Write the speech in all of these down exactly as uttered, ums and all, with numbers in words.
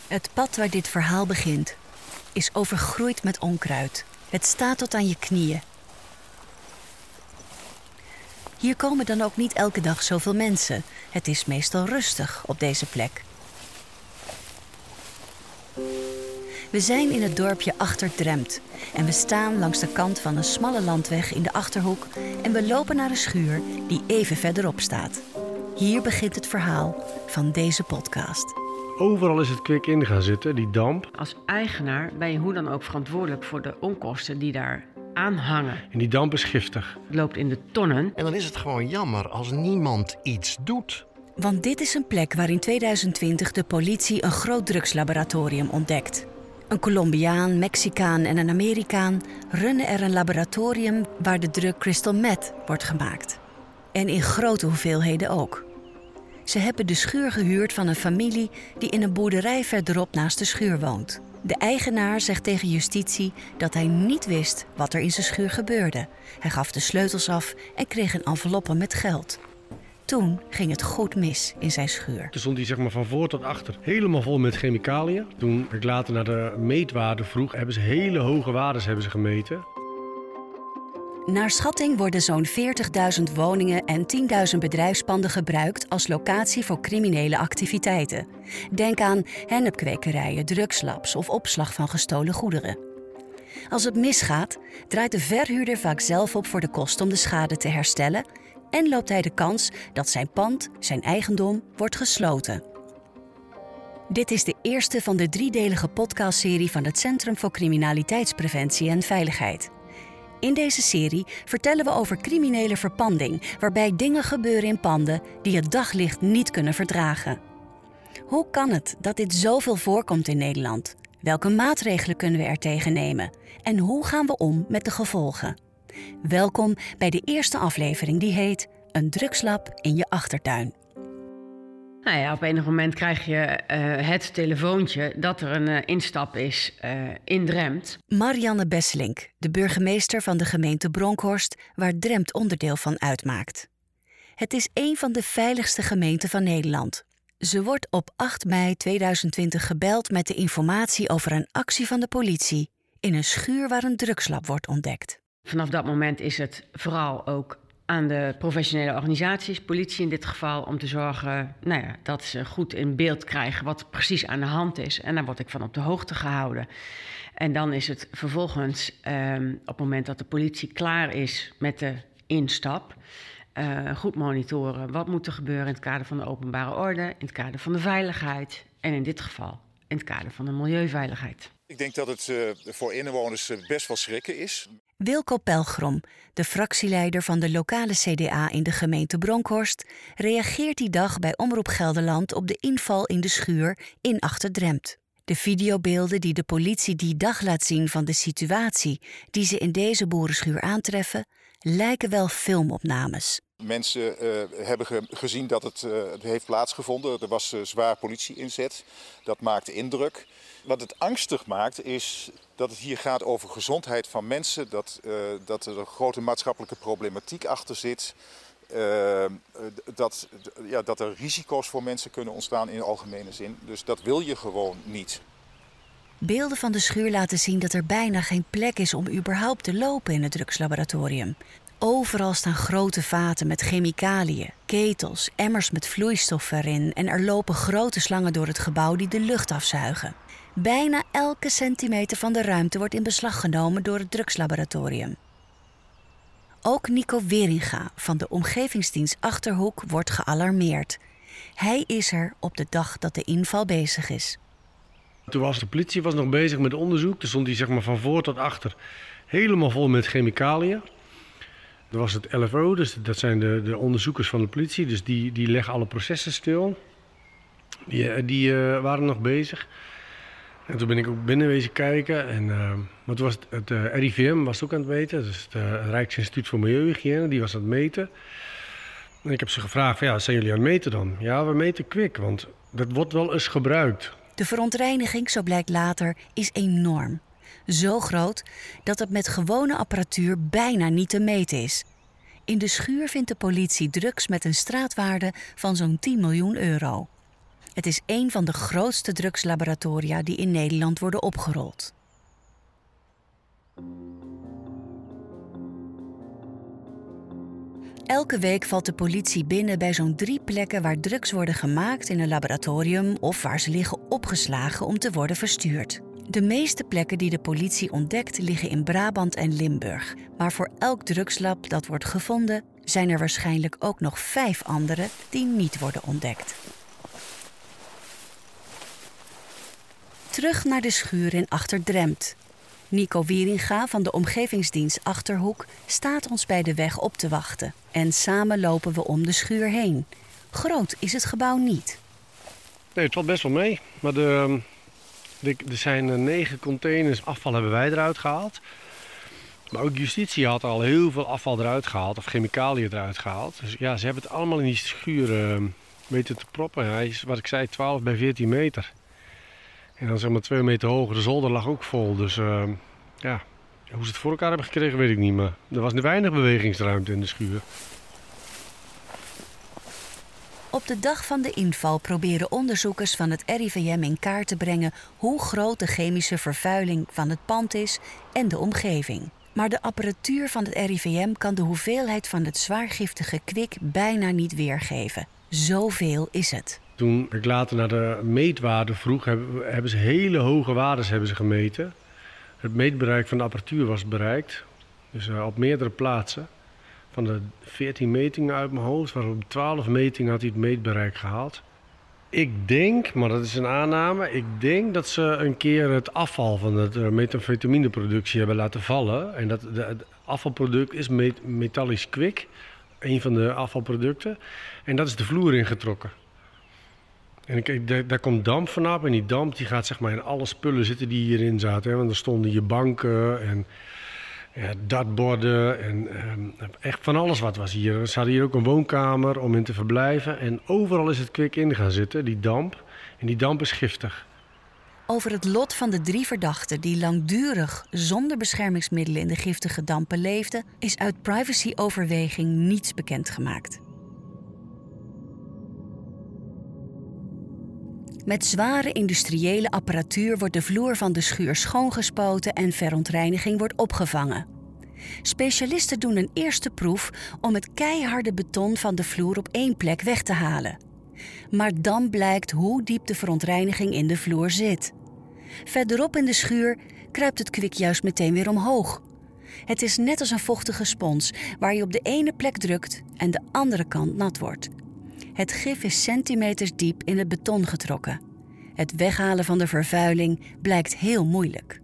Het pad waar dit verhaal begint is overgroeid met onkruid. Het staat tot aan je knieën. Hier komen dan ook niet elke dag zoveel mensen. Het is meestal rustig op deze plek. We zijn in het dorpje Achter-Drempt en we staan langs de kant van een smalle landweg in de Achterhoek en we lopen naar een schuur die even verderop staat. Hier begint het verhaal van deze podcast. Overal is het kwik in gaan zitten, die damp. Als eigenaar ben je hoe dan ook verantwoordelijk voor de onkosten die daar aan hangen. En die damp is giftig. Het loopt in de tonnen. En dan is het gewoon jammer als niemand iets doet. Want dit is een plek waar in tweeduizend twintig de politie een groot drugslaboratorium ontdekt. Een Colombiaan, Mexicaan en een Amerikaan runnen er een laboratorium waar de drug crystal meth wordt gemaakt. En in grote hoeveelheden ook. Ze hebben de schuur gehuurd van een familie die in een boerderij verderop naast de schuur woont. De eigenaar zegt tegen justitie dat hij niet wist wat er in zijn schuur gebeurde. Hij gaf de sleutels af en kreeg een enveloppe met geld. Toen ging het goed mis in zijn schuur. Toen stond hij zeg maar van voor tot achter helemaal vol met chemicaliën. Toen ik later naar de meetwaarde vroeg, hebben ze hele hoge waardes hebben ze gemeten. Naar schatting worden zo'n veertigduizend woningen en tienduizend bedrijfspanden gebruikt als locatie voor criminele activiteiten. Denk aan hennepkwekerijen, drugslabs of opslag van gestolen goederen. Als het misgaat, draait de verhuurder vaak zelf op voor de kosten om de schade te herstellen en loopt hij de kans dat zijn pand, zijn eigendom, wordt gesloten. Dit is de eerste van de driedelige podcastserie van het Centrum voor Criminaliteitspreventie en Veiligheid. In deze serie vertellen we over criminele verpanding, waarbij dingen gebeuren in panden die het daglicht niet kunnen verdragen. Hoe kan het dat dit zoveel voorkomt in Nederland? Welke maatregelen kunnen we er tegen nemen? En hoe gaan we om met de gevolgen? Welkom bij de eerste aflevering die heet Een drugslab in je achtertuin. Nou ja, op enig moment krijg je uh, het telefoontje dat er een uh, instap is uh, in Drempt. Marianne Besselink, de burgemeester van de gemeente Bronkhorst, waar Drempt onderdeel van uitmaakt. Het is een van de veiligste gemeenten van Nederland. Ze wordt op acht mei tweeduizend twintig gebeld met de informatie over een actie van de politie in een schuur waar een drugslab wordt ontdekt. Vanaf dat moment is het vooral ook aan de professionele organisaties, politie in dit geval, om te zorgen nou ja, dat ze goed in beeld krijgen wat precies aan de hand is. En daar word ik van op de hoogte gehouden. En dan is het vervolgens, um, op het moment dat de politie klaar is met de instap, uh, goed monitoren wat moet er gebeuren in het kader van de openbare orde, in het kader van de veiligheid en in dit geval in het kader van de milieuveiligheid. Ik denk dat het uh, voor inwoners uh, best wel schrikken is. Wilco Pelgrom, de fractieleider van de lokale C D A in de gemeente Bronkhorst, reageert die dag bij Omroep Gelderland op de inval in de schuur in Achter-Drempt. De videobeelden die de politie die dag laat zien van de situatie die ze in deze boerenschuur aantreffen, lijken wel filmopnames. Mensen uh, hebben ge- gezien dat het, uh, het heeft plaatsgevonden. Er was uh, zwaar politie-inzet. Dat maakt indruk. Wat het angstig maakt is dat het hier gaat over gezondheid van mensen. Dat, uh, dat er een grote maatschappelijke problematiek achter zit. Uh, dat, ja, dat er risico's voor mensen kunnen ontstaan in de algemene zin. Dus dat wil je gewoon niet. Beelden van de schuur laten zien dat er bijna geen plek is om überhaupt te lopen in het drugslaboratorium. Overal staan grote vaten met chemicaliën, ketels, emmers met vloeistof erin en er lopen grote slangen door het gebouw die de lucht afzuigen. Bijna elke centimeter van de ruimte wordt in beslag genomen door het drugslaboratorium. Ook Nico Weringa van de omgevingsdienst Achterhoek wordt gealarmeerd. Hij is er op de dag dat de inval bezig is. Toen was de politie was nog bezig met onderzoek. Toen stond hij zeg maar van voor tot achter helemaal vol met chemicaliën. Er was het L F O, dus dat zijn de, de onderzoekers van de politie. Dus die, die leggen alle processen stil. Die, die uh, waren nog bezig. En toen ben ik ook binnen wezen kijken. En, uh, maar toen was het, het uh, R I V M was ook aan het meten. Dus het uh, Rijksinstituut voor Milieuhygiëne, die was aan het meten. En ik heb ze gevraagd, van, ja, zijn jullie aan het meten dan? Ja, we meten kwik, want dat wordt wel eens gebruikt. De verontreiniging, zo blijkt later, is enorm. Zo groot dat het met gewone apparatuur bijna niet te meten is. In de schuur vindt de politie drugs met een straatwaarde van zo'n tien miljoen euro. Het is een van de grootste drugslaboratoria die in Nederland worden opgerold. Elke week valt de politie binnen bij zo'n drie plekken waar drugs worden gemaakt in een laboratorium of waar ze liggen opgeslagen om te worden verstuurd. De meeste plekken die de politie ontdekt liggen in Brabant en Limburg. Maar voor elk drugslab dat wordt gevonden zijn er waarschijnlijk ook nog vijf andere die niet worden ontdekt. Terug naar de schuur in Achter-Drempt. Nico Wieringa van de omgevingsdienst Achterhoek staat ons bij de weg op te wachten. En samen lopen we om de schuur heen. Groot is het gebouw niet. Nee, het valt best wel mee. Maar de, de, er zijn negen containers afval hebben wij eruit gehaald. Maar ook justitie had al heel veel afval eruit gehaald. Of chemicaliën eruit gehaald. Dus ja, ze hebben het allemaal in die schuur uh, weten te proppen. Hij is, wat ik zei, twaalf bij veertien meter. En dan zeg maar twee meter hoger. De zolder lag ook vol. Dus uh, ja, hoe ze het voor elkaar hebben gekregen weet ik niet. Maar er was weinig bewegingsruimte in de schuur. Op de dag van de inval proberen onderzoekers van het R I V M in kaart te brengen hoe groot de chemische vervuiling van het pand is en de omgeving. Maar de apparatuur van het R I V M kan de hoeveelheid van het zwaargiftige kwik bijna niet weergeven. Zoveel is het. Toen ik later naar de meetwaarde vroeg, hebben, hebben ze hele hoge waardes hebben ze gemeten. Het meetbereik van de apparatuur was bereikt. Dus uh, op meerdere plaatsen. Van de veertien metingen uit mijn hoofd, waarop op twaalf metingen had hij het meetbereik gehaald. Ik denk, maar dat is een aanname, ik denk dat ze een keer het afval van de uh, methamfetamineproductie hebben laten vallen. En dat de, het afvalproduct is met, metallisch kwik, een van de afvalproducten. En dat is de vloer ingetrokken. En ik, daar, daar komt damp vanaf en die damp die gaat zeg maar in alle spullen zitten die hierin zaten. Hè? Want er stonden je banken en ja, dartborden en eh, echt van alles wat was hier. Er hadden hier ook een woonkamer om in te verblijven. En overal is het kwik in gaan zitten, die damp. En die damp is giftig. Over het lot van de drie verdachten die langdurig zonder beschermingsmiddelen in de giftige dampen leefden, is uit privacyoverweging niets bekendgemaakt. Met zware industriële apparatuur wordt de vloer van de schuur schoongespoten en verontreiniging wordt opgevangen. Specialisten doen een eerste proef om het keiharde beton van de vloer op één plek weg te halen. Maar dan blijkt hoe diep de verontreiniging in de vloer zit. Verderop in de schuur kruipt het kwik juist meteen weer omhoog. Het is net als een vochtige spons waar je op de ene plek drukt en de andere kant nat wordt. Het gif is centimeters diep in het beton getrokken. Het weghalen van de vervuiling blijkt heel moeilijk.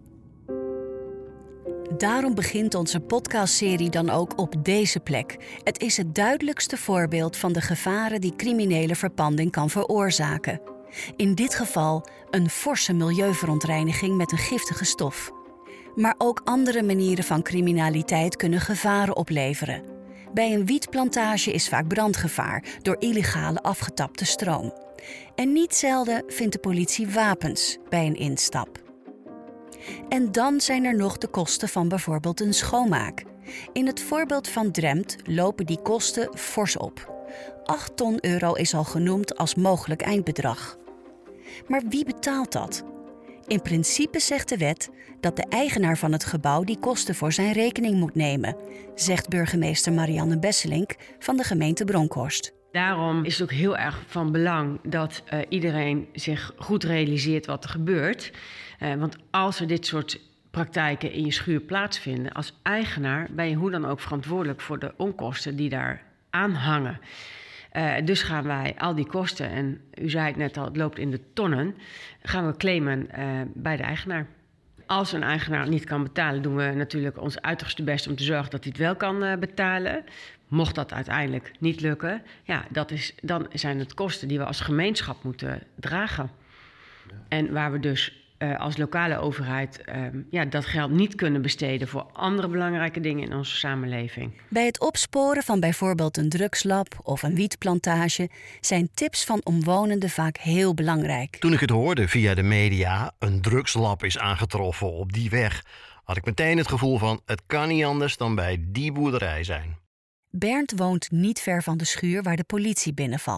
Daarom begint onze podcastserie dan ook op deze plek. Het is het duidelijkste voorbeeld van de gevaren die criminele verpanding kan veroorzaken. In dit geval een forse milieuverontreiniging met een giftige stof. Maar ook andere manieren van criminaliteit kunnen gevaren opleveren. Bij een wietplantage is vaak brandgevaar door illegale afgetapte stroom. En niet zelden vindt de politie wapens bij een instap. En dan zijn er nog de kosten van bijvoorbeeld een schoonmaak. In het voorbeeld van Drempt lopen die kosten fors op. acht ton euro is al genoemd als mogelijk eindbedrag. Maar wie betaalt dat? In principe zegt de wet dat de eigenaar van het gebouw die kosten voor zijn rekening moet nemen, zegt burgemeester Marianne Besselink van de gemeente Bronkhorst. Daarom is het ook heel erg van belang dat uh, iedereen zich goed realiseert wat er gebeurt. Uh, want als er dit soort praktijken in je schuur plaatsvinden, als eigenaar ben je hoe dan ook verantwoordelijk voor de onkosten die daar aan hangen. Uh, dus gaan wij al die kosten, en u zei het net al, het loopt in de tonnen, gaan we claimen uh, bij de eigenaar. Als een eigenaar het niet kan betalen, doen we natuurlijk ons uiterste best om te zorgen dat hij het wel kan uh, betalen. Mocht dat uiteindelijk niet lukken, ja, dat is, dan zijn het kosten die we als gemeenschap moeten dragen. Ja. En waar we dus uh, als lokale overheid uh, ja, dat geld niet kunnen besteden voor andere belangrijke dingen in onze samenleving. Bij het opsporen van bijvoorbeeld een drugslab of een wietplantage zijn tips van omwonenden vaak heel belangrijk. Toen ik het hoorde via de media, een drugslab is aangetroffen op die weg, had ik meteen het gevoel van het kan niet anders dan bij die boerderij zijn. Bernd woont niet ver van de schuur waar de politie binnenvalt.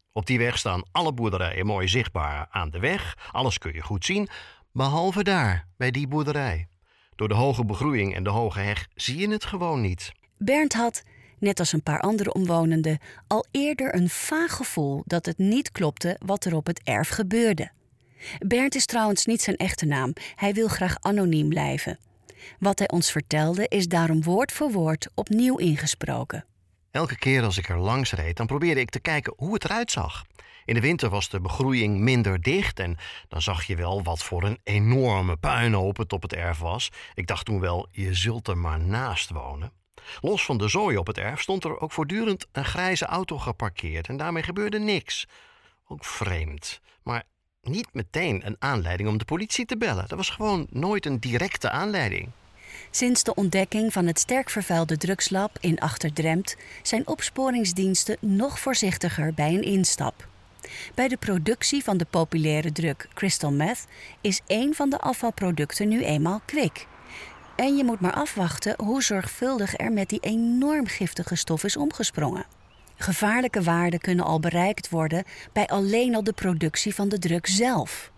Op die weg staan alle boerderijen mooi zichtbaar aan de weg. Alles kun je goed zien, behalve daar, bij die boerderij. Door de hoge begroeiing en de hoge heg zie je het gewoon niet. Bernd had, net als een paar andere omwonenden, al eerder een vaag gevoel dat het niet klopte wat er op het erf gebeurde. Bernd is trouwens niet zijn echte naam. Hij wil graag anoniem blijven. Wat hij ons vertelde is daarom woord voor woord opnieuw ingesproken. Elke keer als ik er langs reed, dan probeerde ik te kijken hoe het eruit zag. In de winter was de begroeiing minder dicht en dan zag je wel wat voor een enorme puinhoop het op het erf was. Ik dacht toen wel, je zult er maar naast wonen. Los van de zooi op het erf stond er ook voortdurend een grijze auto geparkeerd en daarmee gebeurde niks. Ook vreemd, maar niet meteen een aanleiding om de politie te bellen. Dat was gewoon nooit een directe aanleiding. Sinds de ontdekking van het sterk vervuilde drugslab in Achter-Drempt zijn opsporingsdiensten nog voorzichtiger bij een instap. Bij de productie van de populaire drug crystal meth is één van de afvalproducten nu eenmaal kwik. En je moet maar afwachten hoe zorgvuldig er met die enorm giftige stof is omgesprongen. Gevaarlijke waarden kunnen al bereikt worden bij alleen al de productie van de drug zelf.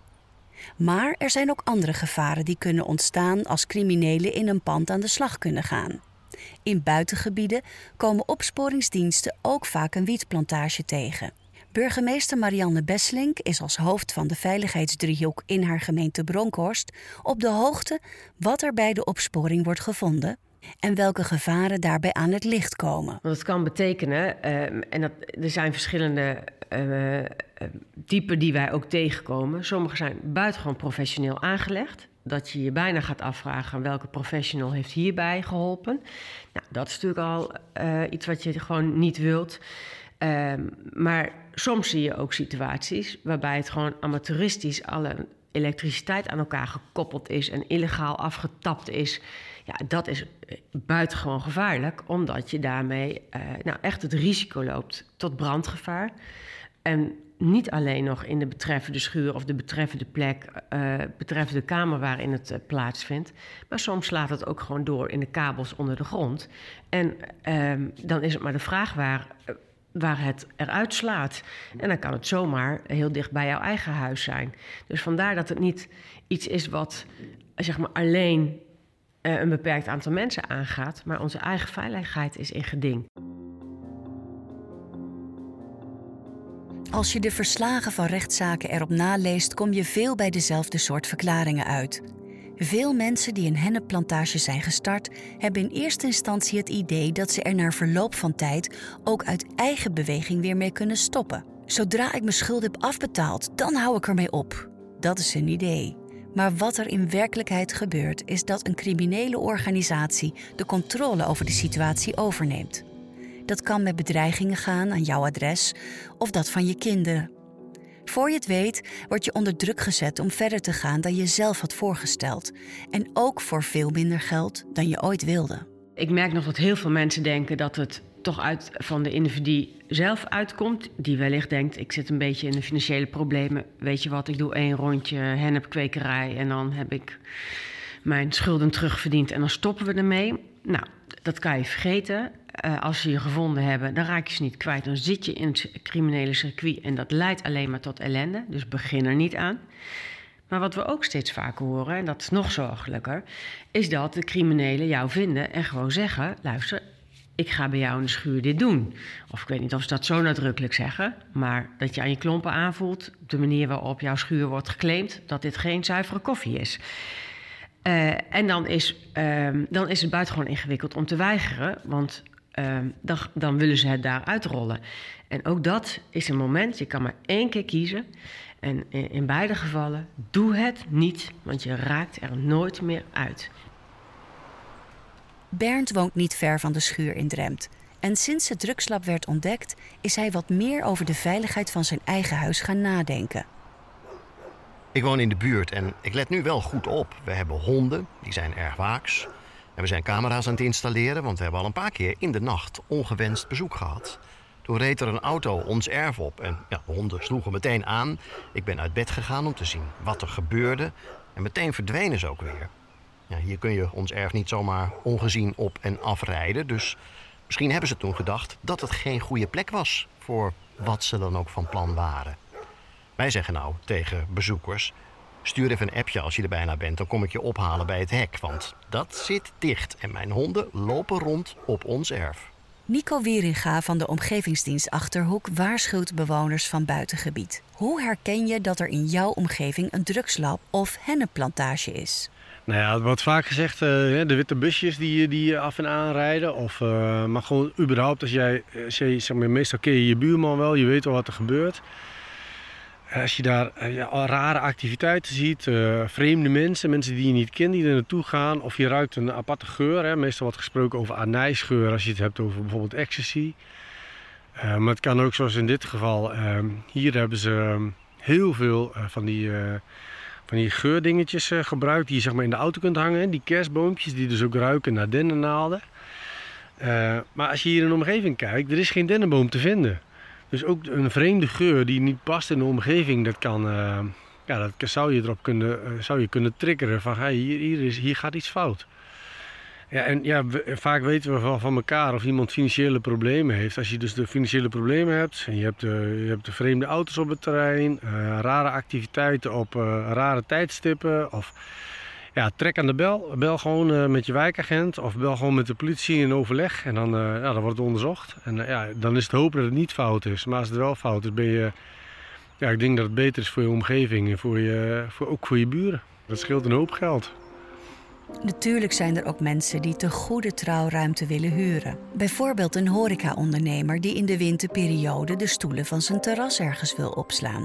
Maar er zijn ook andere gevaren die kunnen ontstaan als criminelen in een pand aan de slag kunnen gaan. In buitengebieden komen opsporingsdiensten ook vaak een wietplantage tegen. Burgemeester Marianne Besselink is als hoofd van de veiligheidsdriehoek in haar gemeente Bronkhorst op de hoogte wat er bij de opsporing wordt gevonden en welke gevaren daarbij aan het licht komen. Want het kan betekenen, uh, en dat, er zijn verschillende uh, uh, typen die wij ook tegenkomen. Sommige zijn buitengewoon professioneel aangelegd. Dat je je bijna gaat afvragen welke professional heeft hierbij geholpen. Nou, dat is natuurlijk al uh, iets wat je gewoon niet wilt. Uh, maar soms zie je ook situaties waarbij het gewoon amateuristisch alle elektriciteit aan elkaar gekoppeld is en illegaal afgetapt is. Ja, dat is buitengewoon gevaarlijk, omdat je daarmee uh, nou echt het risico loopt tot brandgevaar. En niet alleen nog in de betreffende schuur of de betreffende plek, uh, betreffende kamer waarin het uh, plaatsvindt. Maar soms slaat het ook gewoon door in de kabels onder de grond. En uh, dan is het maar de vraag waar, uh, waar het eruit slaat. En dan kan het zomaar heel dicht bij jouw eigen huis zijn. Dus vandaar dat het niet iets is wat zeg maar alleen uh, een beperkt aantal mensen aangaat. Maar onze eigen veiligheid is in geding. Als je de verslagen van rechtszaken erop naleest, kom je veel bij dezelfde soort verklaringen uit. Veel mensen die een hennepplantage zijn gestart, hebben in eerste instantie het idee dat ze er na verloop van tijd ook uit eigen beweging weer mee kunnen stoppen. Zodra ik mijn schuld heb afbetaald, dan hou ik ermee op. Dat is een idee. Maar wat er in werkelijkheid gebeurt, is dat een criminele organisatie de controle over de situatie overneemt. Dat kan met bedreigingen gaan aan jouw adres of dat van je kinderen. Voor je het weet, word je onder druk gezet om verder te gaan dan je zelf had voorgesteld. En ook voor veel minder geld dan je ooit wilde. Ik merk nog dat heel veel mensen denken dat het toch uit van de individu zelf uitkomt. Die wellicht denkt, ik zit een beetje in de financiële problemen. Weet je wat, ik doe één rondje hennepkwekerij en dan heb ik mijn schulden terugverdiend en dan stoppen we ermee. Nou, dat kan je vergeten. Uh, als ze je gevonden hebben, dan raak je ze niet kwijt. Dan zit je in het criminele circuit en dat leidt alleen maar tot ellende. Dus begin er niet aan. Maar wat we ook steeds vaker horen, en dat is nog zorgelijker, is dat de criminelen jou vinden en gewoon zeggen, luister, ik ga bij jou in de schuur dit doen. Of ik weet niet of ze dat zo nadrukkelijk zeggen, maar dat je aan je klompen aanvoelt, de manier waarop jouw schuur wordt geclaimd, dat dit geen zuivere koffie is. Uh, en dan is, uh, dan is het buitengewoon ingewikkeld om te weigeren, want uh, dan, dan willen ze het daar uitrollen. En ook dat is een moment, je kan maar één keer kiezen. En in, in beide gevallen, doe het niet, want je raakt er nooit meer uit. Bernd woont niet ver van de schuur in Drempt. En sinds het drugslab werd ontdekt, is hij wat meer over de veiligheid van zijn eigen huis gaan nadenken. Ik woon in de buurt en ik let nu wel goed op. We hebben honden, die zijn erg waaks. En we zijn camera's aan het installeren, want we hebben al een paar keer in de nacht ongewenst bezoek gehad. Toen reed er een auto ons erf op en ja, de honden sloegen meteen aan. Ik ben uit bed gegaan om te zien wat er gebeurde. En meteen verdwenen ze ook weer. Ja, hier kun je ons erf niet zomaar ongezien op en afrijden. Dus misschien hebben ze toen gedacht dat het geen goede plek was voor wat ze dan ook van plan waren. Wij zeggen nou tegen bezoekers: stuur even een appje als je er bijna bent, dan kom ik je ophalen bij het hek, want dat zit dicht en mijn honden lopen rond op ons erf. Nico Wieringa van de Omgevingsdienst Achterhoek waarschuwt bewoners van buitengebied. Hoe herken je dat er in jouw omgeving een drugslab of hennepplantage is? Nou ja, er wordt vaak gezegd, uh, de witte busjes die, die af en aan rijden. Of, uh, maar gewoon überhaupt, als jij, als jij zeg maar, meestal ken je je buurman wel, je weet wel wat er gebeurt. Als je daar uh, ja, rare activiteiten ziet, uh, vreemde mensen, mensen die je niet kent, die er naartoe gaan. Of je ruikt een aparte geur. Hè. Meestal wordt gesproken over anijsgeur als je het hebt over bijvoorbeeld ecstasy. Uh, maar het kan ook zoals in dit geval. Uh, hier hebben ze um, heel veel uh, van die... Uh, Van die geurdingetjes uh, gebruikt die je zeg maar, in de auto kunt hangen. Die kerstboompjes die dus ook ruiken naar dennennaalden. Uh, maar als je hier in de omgeving kijkt, er is geen dennenboom te vinden. Dus ook een vreemde geur die niet past in de omgeving, dat, kan, uh, ja, dat zou je erop kunnen, uh, zou je kunnen triggeren van hey, hier, hier, is, hier gaat iets fout. Ja, en ja, we, vaak weten we van, van elkaar of iemand financiële problemen heeft. Als je dus de financiële problemen hebt en je hebt de, je hebt de vreemde auto's op het terrein, uh, rare activiteiten op uh, rare tijdstippen. Of ja, trek aan de bel. Bel gewoon uh, met je wijkagent of bel gewoon met de politie in overleg. En dan, uh, ja, dan wordt het onderzocht. En uh, ja, dan is het hopen dat het niet fout is. Maar als het wel fout is, ben je... Ja, ik denk dat het beter is voor je omgeving en voor je, voor, ook voor je buren. Dat scheelt een hoop geld. Natuurlijk zijn er ook mensen die te goede trouw ruimte willen huren. Bijvoorbeeld een horecaondernemer die in de winterperiode de stoelen van zijn terras ergens wil opslaan.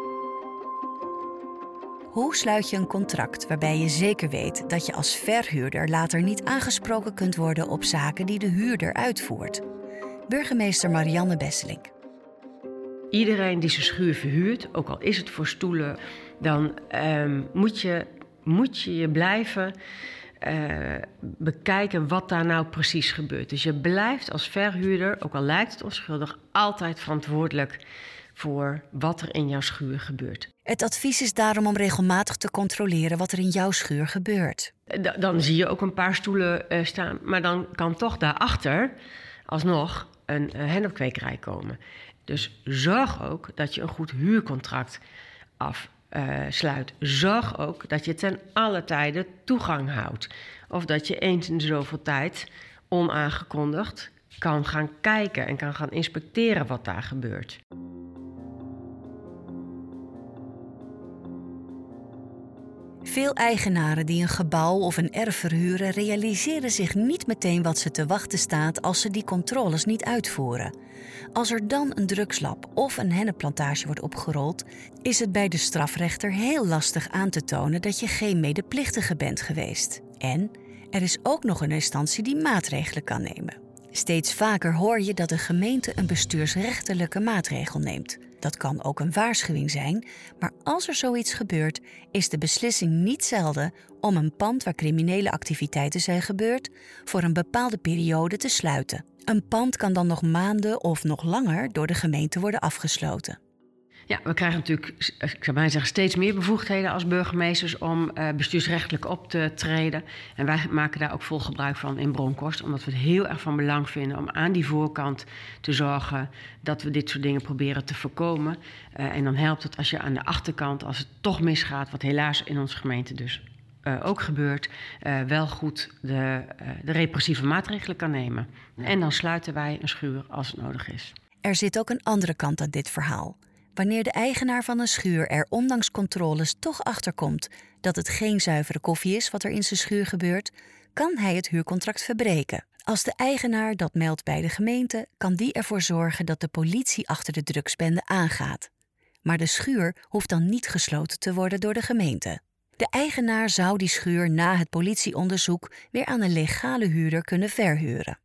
Hoe sluit je een contract waarbij je zeker weet dat je als verhuurder later niet aangesproken kunt worden op zaken die de huurder uitvoert? Burgemeester Marianne Besselink. Iedereen die zijn schuur verhuurt, ook al is het voor stoelen, dan um, moet je moet je je blijven uh, bekijken wat daar nou precies gebeurt. Dus je blijft als verhuurder, ook al lijkt het onschuldig, altijd verantwoordelijk voor wat er in jouw schuur gebeurt. Het advies is daarom om regelmatig te controleren wat er in jouw schuur gebeurt. D- dan zie je ook een paar stoelen uh, staan, maar dan kan toch daarachter alsnog een uh, hennepkwekerij komen. Dus zorg ook dat je een goed huurcontract af Uh, sluit. Zorg ook dat je ten alle tijde toegang houdt. Of dat je eens in de zoveel tijd onaangekondigd kan gaan kijken en kan gaan inspecteren wat daar gebeurt. Veel eigenaren die een gebouw of een erf verhuren realiseren zich niet meteen wat ze te wachten staat als ze die controles niet uitvoeren. Als er dan een drugslab of een hennepplantage wordt opgerold, is het bij de strafrechter heel lastig aan te tonen dat je geen medeplichtige bent geweest. En er is ook nog een instantie die maatregelen kan nemen. Steeds vaker hoor je dat de gemeente een bestuursrechtelijke maatregel neemt. Dat kan ook een waarschuwing zijn, maar als er zoiets gebeurt, is de beslissing niet zelden om een pand waar criminele activiteiten zijn gebeurd voor een bepaalde periode te sluiten. Een pand kan dan nog maanden of nog langer door de gemeente worden afgesloten. Ja, we krijgen natuurlijk, ik zou bijna zeggen, steeds meer bevoegdheden als burgemeesters om uh, bestuursrechtelijk op te treden. En wij maken daar ook vol gebruik van in Bronkhorst, omdat we het heel erg van belang vinden om aan die voorkant te zorgen dat we dit soort dingen proberen te voorkomen. Uh, en dan helpt het als je aan de achterkant, als het toch misgaat, wat helaas in onze gemeente dus uh, ook gebeurt, uh, wel goed de, uh, de repressieve maatregelen kan nemen. Ja. En dan sluiten wij een schuur als het nodig is. Er zit ook een andere kant aan dit verhaal. Wanneer de eigenaar van een schuur er ondanks controles toch achterkomt dat het geen zuivere koffie is wat er in zijn schuur gebeurt, kan hij het huurcontract verbreken. Als de eigenaar dat meldt bij de gemeente, kan die ervoor zorgen dat de politie achter de drugsbende aangaat. Maar de schuur hoeft dan niet gesloten te worden door de gemeente. De eigenaar zou die schuur na het politieonderzoek weer aan een legale huurder kunnen verhuren.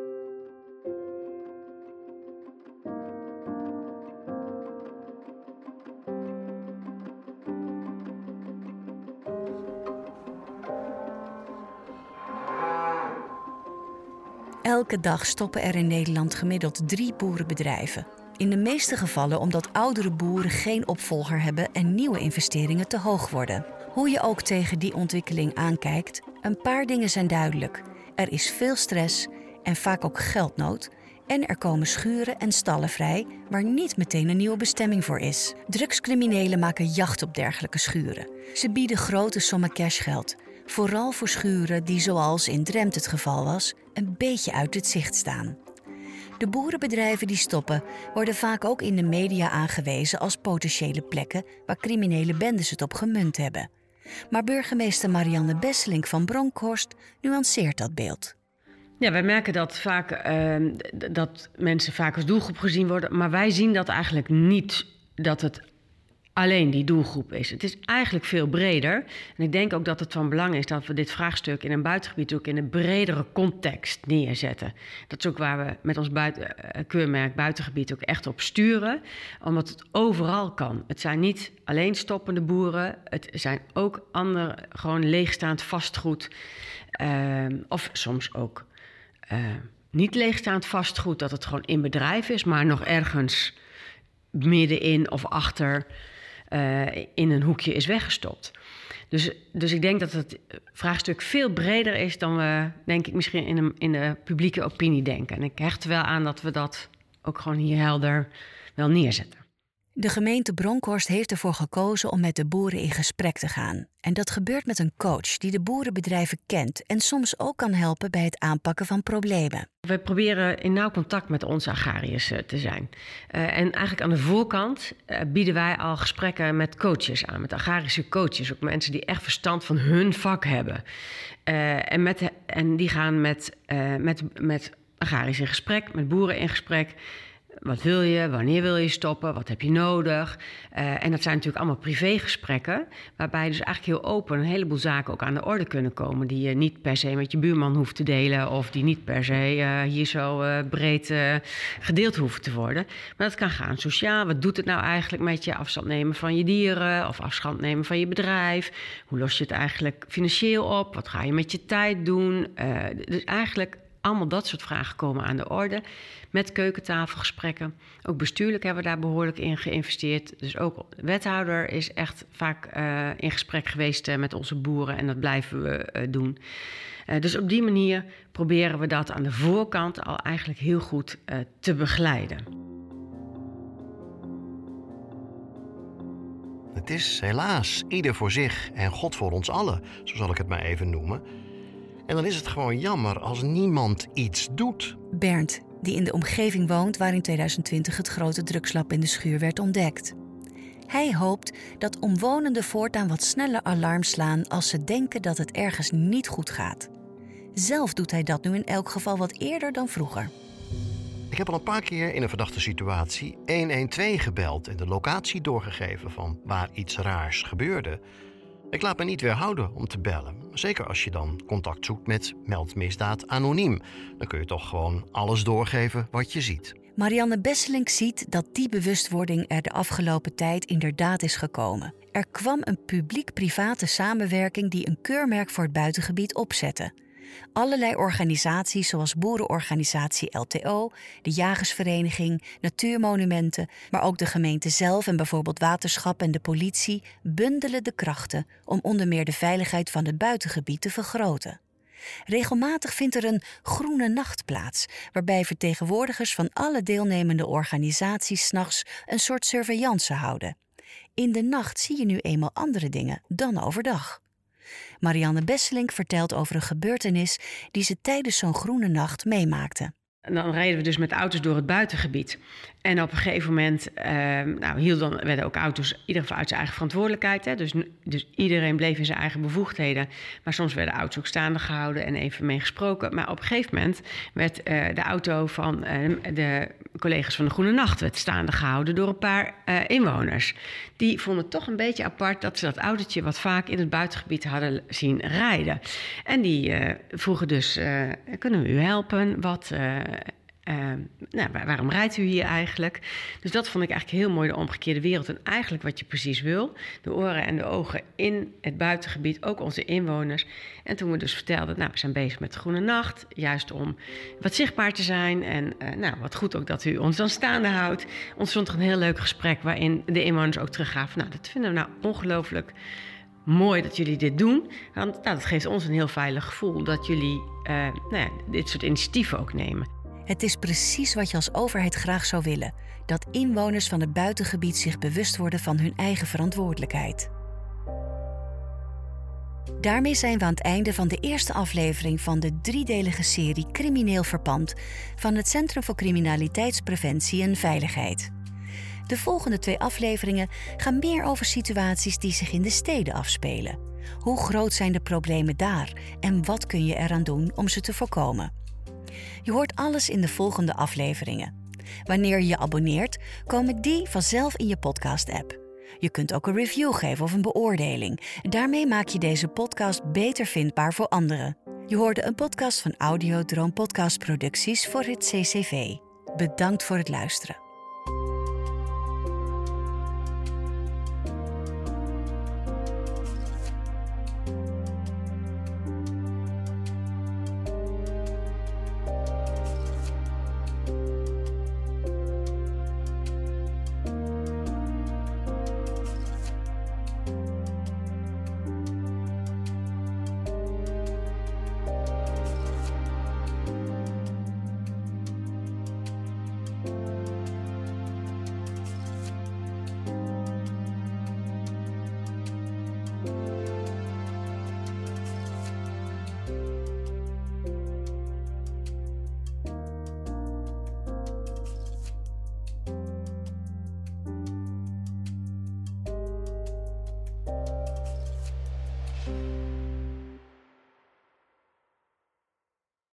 Elke dag stoppen er in Nederland gemiddeld drie boerenbedrijven. In de meeste gevallen omdat oudere boeren geen opvolger hebben en nieuwe investeringen te hoog worden. Hoe je ook tegen die ontwikkeling aankijkt, een paar dingen zijn duidelijk. Er is veel stress en vaak ook geldnood En er komen schuren en stallen vrij waar niet meteen een nieuwe bestemming voor is. Drugscriminelen maken jacht op dergelijke schuren. Ze bieden grote sommen cashgeld. Vooral voor schuren die, zoals in Drenthe het geval was, een beetje uit het zicht staan. De boerenbedrijven die stoppen worden vaak ook in de media aangewezen als potentiële plekken waar criminele bendes het op gemunt hebben. Maar burgemeester Marianne Besselink van Bronkhorst nuanceert dat beeld. Ja, wij merken dat vaak uh, dat mensen vaak als doelgroep gezien worden, maar wij zien dat eigenlijk niet dat het alleen die doelgroep is. Het is eigenlijk veel breder. En ik denk ook dat het van belang is dat we dit vraagstuk in een buitengebied ook in een bredere context neerzetten. Dat is ook waar we met ons buiten, uh, keurmerk buitengebied ook echt op sturen, omdat het overal kan. Het zijn niet alleen stoppende boeren, het zijn ook ander gewoon leegstaand vastgoed, uh, of soms ook uh, niet leegstaand vastgoed, dat het gewoon in bedrijf is, maar nog ergens middenin of achter Uh, in een hoekje is weggestopt. Dus, dus ik denk dat het vraagstuk veel breder is dan we, denk ik, misschien in de, in de publieke opinie denken. En ik hecht er wel aan dat we dat ook gewoon hier helder wel neerzetten. De gemeente Bronkhorst heeft ervoor gekozen om met de boeren in gesprek te gaan. En dat gebeurt met een coach die de boerenbedrijven kent en soms ook kan helpen bij het aanpakken van problemen. We proberen in nauw contact met onze agrariërs te zijn. Uh, en eigenlijk aan de voorkant uh, bieden wij al gesprekken met coaches aan, met agrarische coaches, ook mensen die echt verstand van hun vak hebben. Uh, en, met, en die gaan met, uh, met, met agrariërs in gesprek, met boeren in gesprek. Wat wil je? Wanneer wil je stoppen? Wat heb je nodig? Uh, en dat zijn natuurlijk allemaal privégesprekken, waarbij dus eigenlijk heel open een heleboel zaken ook aan de orde kunnen komen die je niet per se met je buurman hoeft te delen of die niet per se uh, hier zo uh, breed uh, gedeeld hoeven te worden. Maar dat kan gaan sociaal. Wat doet het nou eigenlijk met je? Afstand nemen van je dieren of afstand nemen van je bedrijf? Hoe los je het eigenlijk financieel op? Wat ga je met je tijd doen? Uh, dus eigenlijk allemaal dat soort vragen komen aan de orde. Met keukentafelgesprekken. Ook bestuurlijk hebben we daar behoorlijk in geïnvesteerd. Dus ook de wethouder is echt vaak uh, in gesprek geweest uh, met onze boeren. En dat blijven we uh, doen. Uh, dus op die manier proberen we dat aan de voorkant al eigenlijk heel goed uh, te begeleiden. Het is helaas ieder voor zich en God voor ons allen, zo zal ik het maar even noemen. En dan is het gewoon jammer als niemand iets doet. Bernd, die in de omgeving woont waar in tweeduizend twintig het grote drugslab in de schuur werd ontdekt. Hij hoopt dat omwonenden voortaan wat sneller alarm slaan als ze denken dat het ergens niet goed gaat. Zelf doet hij dat nu in elk geval wat eerder dan vroeger. Ik heb al een paar keer in een verdachte situatie honderdtwaalf gebeld en de locatie doorgegeven van waar iets raars gebeurde. Ik laat me niet weerhouden om te bellen. Zeker als je dan contact zoekt met meldmisdaad anoniem. Dan kun je toch gewoon alles doorgeven wat je ziet. Marianne Besselink ziet dat die bewustwording er de afgelopen tijd inderdaad is gekomen. Er kwam een publiek-private samenwerking die een keurmerk voor het buitengebied opzette. Allerlei organisaties zoals boerenorganisatie L T O, de Jagersvereniging, Natuurmonumenten, maar ook de gemeente zelf en bijvoorbeeld waterschap en de politie bundelen de krachten om onder meer de veiligheid van het buitengebied te vergroten. Regelmatig vindt er een groene nacht plaats, waarbij vertegenwoordigers van alle deelnemende organisaties 's nachts een soort surveillance houden. In de nacht zie je nu eenmaal andere dingen dan overdag. Marianne Besselink vertelt over een gebeurtenis die ze tijdens zo'n groene nacht meemaakte. En dan reden we dus met auto's door het buitengebied. En op een gegeven moment uh, nou, hielden, werden ook auto's in ieder geval uit zijn eigen verantwoordelijkheid. Hè? Dus, dus iedereen bleef in zijn eigen bevoegdheden. Maar soms werden auto's ook staande gehouden en even mee gesproken. Maar op een gegeven moment werd uh, de auto van uh, de collega's van de Groene Nacht werd staande gehouden door een paar uh, inwoners. Die vonden het toch een beetje apart dat ze dat autootje wat vaak in het buitengebied hadden zien rijden. En die uh, vroegen dus, uh, kunnen we u helpen? Wat... Uh, Uh, nou, waarom rijdt u hier eigenlijk? Dus dat vond ik eigenlijk heel mooi, de omgekeerde wereld. En eigenlijk wat je precies wil. De oren en de ogen in het buitengebied, ook onze inwoners. En toen we dus vertelden, nou, we zijn bezig met de Groene Nacht. Juist om wat zichtbaar te zijn. En uh, nou, wat goed ook dat u ons dan staande houdt. Ontstond er een heel leuk gesprek waarin de inwoners ook teruggaven. Nou, dat vinden we nou ongelooflijk mooi dat jullie dit doen. Want nou, dat geeft ons een heel veilig gevoel dat jullie uh, nou ja, dit soort initiatieven ook nemen. Het is precies wat je als overheid graag zou willen: dat inwoners van het buitengebied zich bewust worden van hun eigen verantwoordelijkheid. Daarmee zijn we aan het einde van de eerste aflevering van de driedelige serie Crimineel Verpand van het Centrum voor Criminaliteitspreventie en Veiligheid. De volgende twee afleveringen gaan meer over situaties die zich in de steden afspelen. Hoe groot zijn de problemen daar en wat kun je eraan doen om ze te voorkomen? Je hoort alles in de volgende afleveringen. Wanneer je je abonneert, komen die vanzelf in je podcast-app. Je kunt ook een review geven of een beoordeling. Daarmee maak je deze podcast beter vindbaar voor anderen. Je hoorde een podcast van Audiodroom Podcastproducties voor het C C V. Bedankt voor het luisteren.